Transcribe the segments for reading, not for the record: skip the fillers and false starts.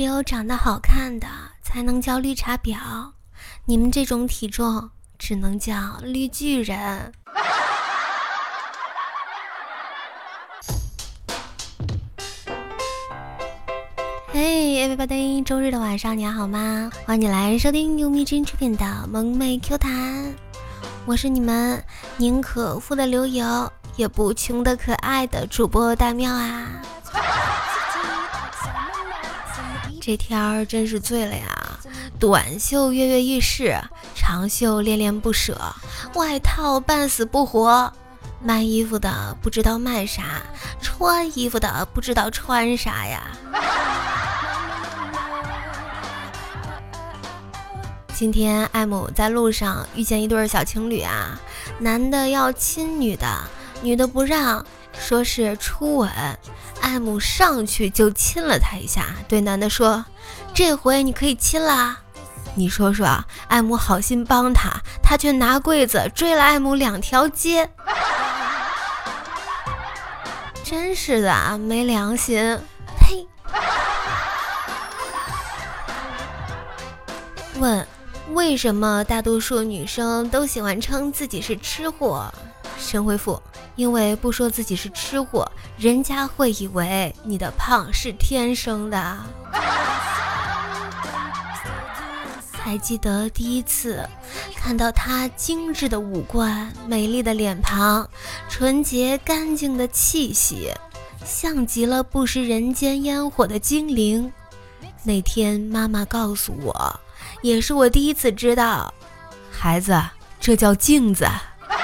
只有长得好看的才能叫绿茶婊，你们这种体重只能叫绿巨人。嘿、everybody， 周日的晚上你还好吗？欢迎你来收听由蜜汁出品的萌妹 Q 弹，我是你们宁可富的流油也不穷的可爱的主播大喵啊。这天儿真是醉了呀，短袖跃跃欲试，长袖恋恋不舍，外套半死不活，卖衣服的不知道卖啥，穿衣服的不知道穿啥呀。今天艾姆在路上遇见一对小情侣啊，男的要亲女的，女的不让，说是初吻。艾姆上去就亲了他一下，对男的说，这回你可以亲啦。你说说，艾姆好心帮他，他却拿柜子追了艾姆2条街。真是的，没良心，呸。问，为什么大多数女生都喜欢称自己是吃货？神回复，因为不说自己是吃货，人家会以为你的胖是天生的。还记得第一次看到她精致的五官，美丽的脸庞，纯洁干净的气息，像极了不食人间烟火的精灵。那天妈妈告诉我，也是我第一次知道，孩子，这叫镜子。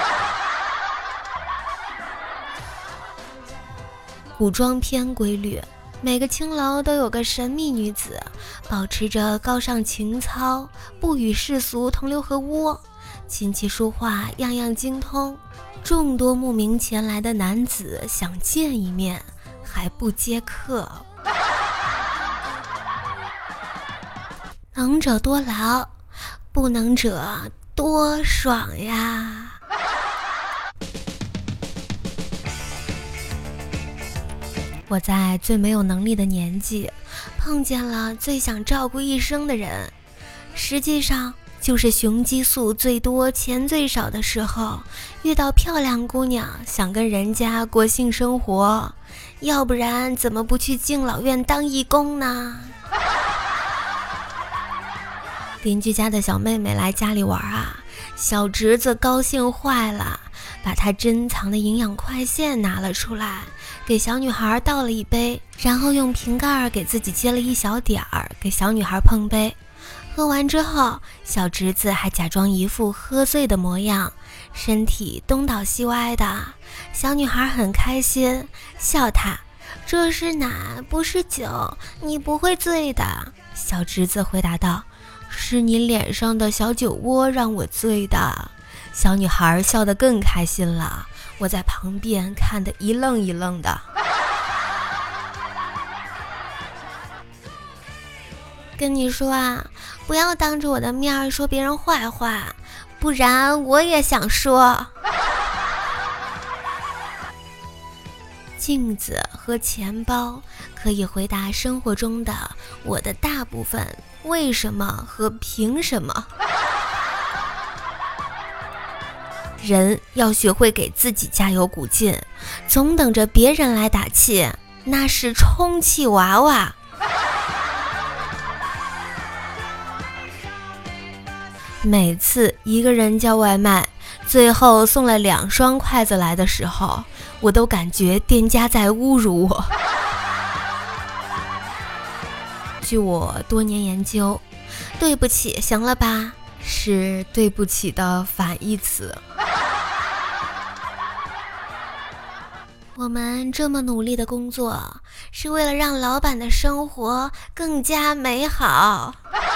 古装片规律，每个青楼都有个神秘女子，保持着高尚情操，不与世俗同流合污，琴棋书画样样精通。众多慕名前来的男子想见一面，还不接客。能者多劳，不能者多爽呀。我在最没有能力的年纪，碰见了最想照顾一生的人，实际上就是雄激素最多钱最少的时候，遇到漂亮姑娘想跟人家过性生活，要不然怎么不去敬老院当义工呢？邻居家的小妹妹来家里玩啊，小侄子高兴坏了，把他珍藏的营养快线拿了出来，给小女孩倒了一杯，然后用瓶盖给自己接了一小点儿，给小女孩碰杯。喝完之后，小侄子还假装一副喝醉的模样，身体东倒西歪的。小女孩很开心，笑他，这是奶，不是酒，你不会醉的。小侄子回答道，是你脸上的小酒窝让我醉的。小女孩笑得更开心了，我在旁边看得一愣一愣的。跟你说啊，不要当着我的面说别人坏话，不然我也想说。镜子和钱包可以回答生活中的我的大部分为什么和凭什么。人要学会给自己加油鼓劲，总等着别人来打气，那是充气娃娃。每次一个人叫外卖，最后送了2双筷子来的时候，我都感觉店家在侮辱我。据我多年研究，对不起行了吧，是对不起的反义词。我们这么努力的工作，是为了让老板的生活更加美好。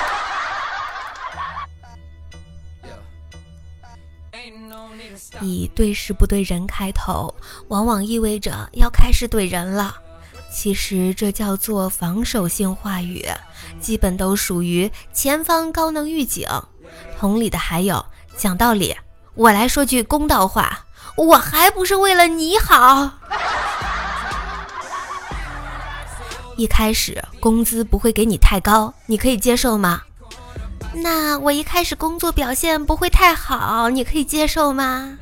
以对事不对人开头，往往意味着要开始怼人了。其实这叫做防守性话语，基本都属于前方高能预警。同理的还有讲道理，我来说句公道话，我还不是为了你好。 一开始工资不会给你太高，你可以接受吗？那我一开始工作表现不会太好，你可以接受吗？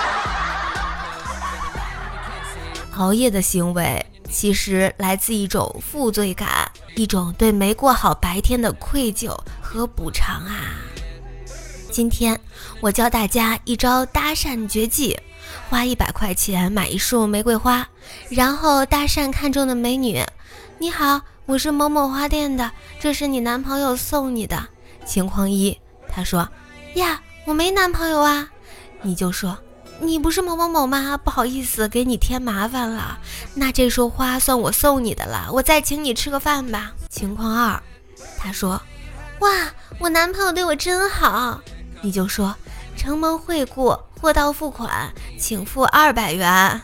熬夜的行为其实来自一种负罪感，一种对没过好白天的愧疚和补偿啊。今天我教大家一招搭讪绝技，花100块钱买一束玫瑰花，然后搭讪看中的美女，你好，我是某某花店的，这是你男朋友送你的。情况一，他说呀，我没男朋友啊，你就说你不是某某某吗？不好意思给你添麻烦了，那这束花算我送你的了，我再请你吃个饭吧。情况二，他说哇，我男朋友对我真好，你就说承蒙惠顾，货到付款，请付200元。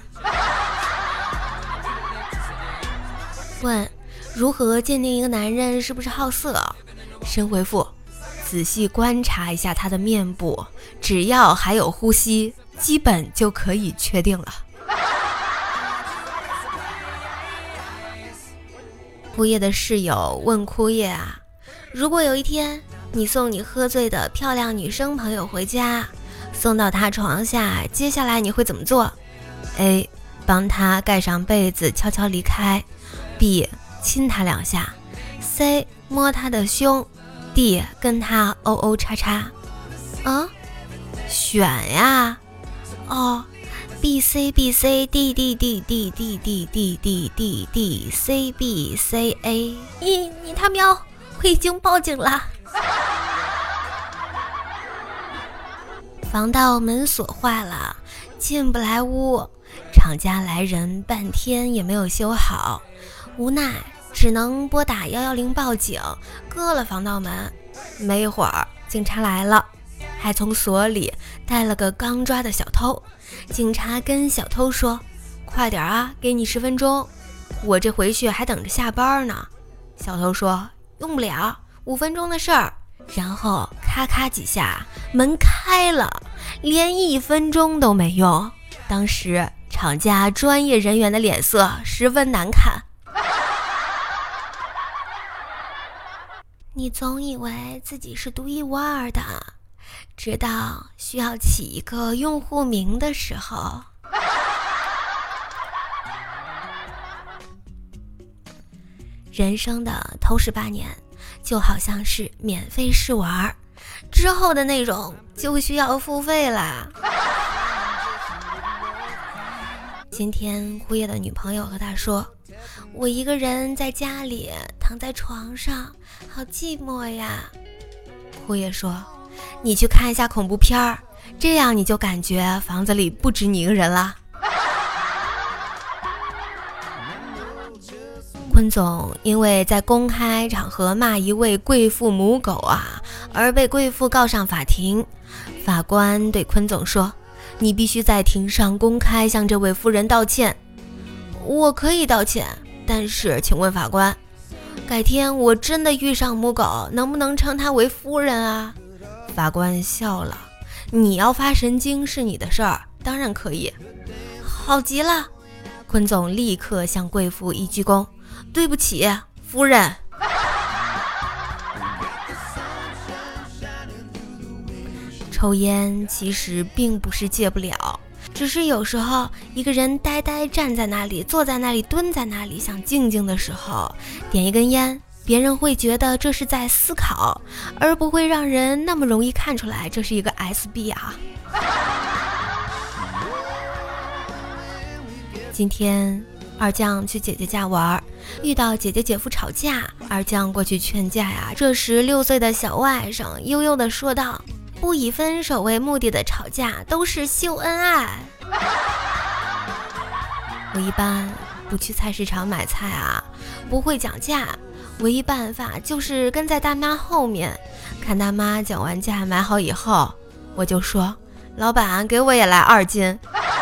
问如何鉴定一个男人是不是好色？神回复仔细观察一下他的面部，只要还有呼吸，基本就可以确定了。枯叶的室友问枯叶啊，如果有一天你送你喝醉的漂亮女生朋友回家，送到她床下，接下来你会怎么做？ A. 帮她盖上被子悄悄离开， B. 亲她2下， C. 摸她的胸， D. 跟她哦哦叉叉。选呀。哦，B C B C D D D D D D D D D D C B C A。 你他喵，我已经报警了。防盗门锁坏了，进不来屋，厂家来人半天也没有修好，无奈只能拨打110报警，割了防盗门。没一会儿警察来了，还从所里带了个刚抓的小偷。警察跟小偷说，快点啊，给你10分钟，我这回去还等着下班呢。小偷说用不了，5分钟的事儿。然后咔咔几下门开了，连1分钟都没用。当时厂家专业人员的脸色十分难看。你总以为自己是独一无二的，直到需要起一个用户名的时候。人生的头18年就好像是免费试玩，之后的内容就需要付费啦。今天枯叶的女朋友和他说，我一个人在家里躺在床上，好寂寞呀。枯叶说，你去看一下恐怖片儿，这样你就感觉房子里不止你一个人了。坤总因为在公开场合骂一位贵妇母狗啊，而被贵妇告上法庭。法官对坤总说，你必须在庭上公开向这位夫人道歉。我可以道歉，但是请问法官，改天我真的遇上母狗，能不能称她为夫人啊？法官笑了，你要发神经是你的事儿，当然可以。好极了，坤总立刻向贵妇一鞠躬，对不起夫人。抽烟其实并不是戒不了，只是有时候一个人呆呆站在那里，坐在那里，蹲在那里，想静静的时候，点一根烟，别人会觉得这是在思考，而不会让人那么容易看出来这是一个 SB 啊。今天二酱去姐姐家玩，遇到姐姐姐夫吵架，二酱过去劝架呀。这时6岁的小外甥悠悠地说道，不以分手为目的的吵架都是秀恩爱。我一般不去菜市场买菜啊，不会讲价，唯一办法就是跟在大妈后面，看大妈讲完价买好以后，我就说，老板给我也来2斤。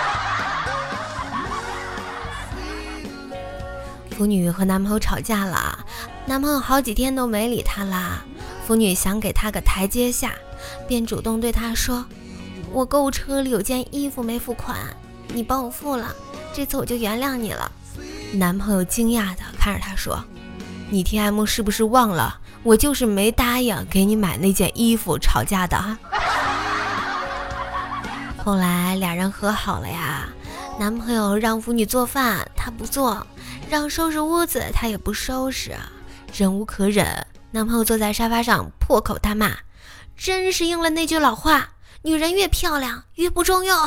腐女和男朋友吵架了，男朋友好几天都没理她啦。腐女想给他个台阶下，便主动对他说，我购物车里有件衣服没付款，你帮我付了，这次我就原谅你了。男朋友惊讶地看着她说， 你 TM 是不是忘了？我就是没答应给你买那件衣服吵架的。后来俩人和好了呀，男朋友让腐女做饭，他不做；让收拾屋子，他也不收拾。忍无可忍，男朋友坐在沙发上破口大骂，真是应了那句老话，女人越漂亮越不中用。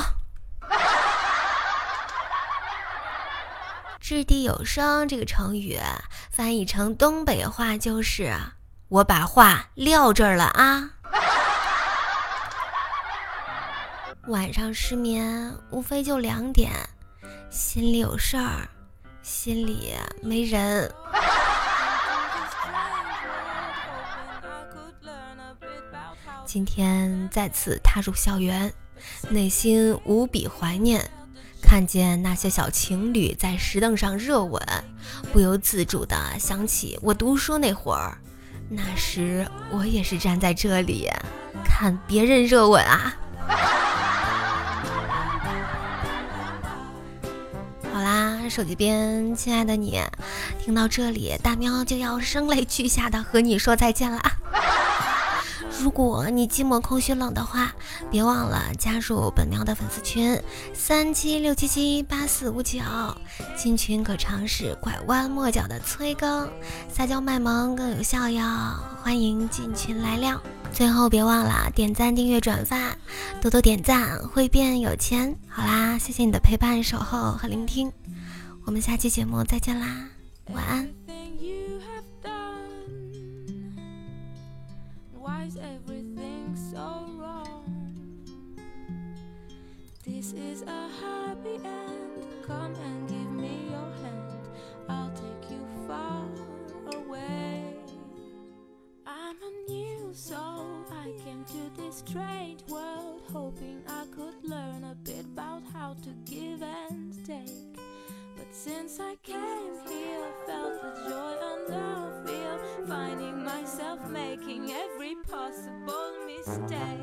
掷地有声这个成语翻译成东北话就是我把话撂这儿了啊。晚上失眠无非就2点，心里有事儿，心里没人。今天再次踏入校园，内心无比怀念，看见那些小情侣在石凳上热吻，不由自主地想起我读书那会儿，那时我也是站在这里看别人热吻啊。好啦，手机边亲爱的你，听到这里，大喵就要声泪俱下的和你说再见了。如果你寂寞空虚冷的话，别忘了加入本喵的粉丝群376778459，进群可尝试拐弯抹角的催更，撒娇卖萌更有效哟，欢迎进群来撩。最后别忘了点赞订阅转发，多多点赞会变有钱。好啦，谢谢你的陪伴守候和聆听，我们下期节目再见啦，晚安。 Why is everything so wrong? This is a happy end. Come and give me your hand. I'll take you far away. I'm a new soul. I came to this strange world hoping I could learn a bit about how to give and take. But since I came here, I felt the joy and the fear, finding myself making every possible mistake.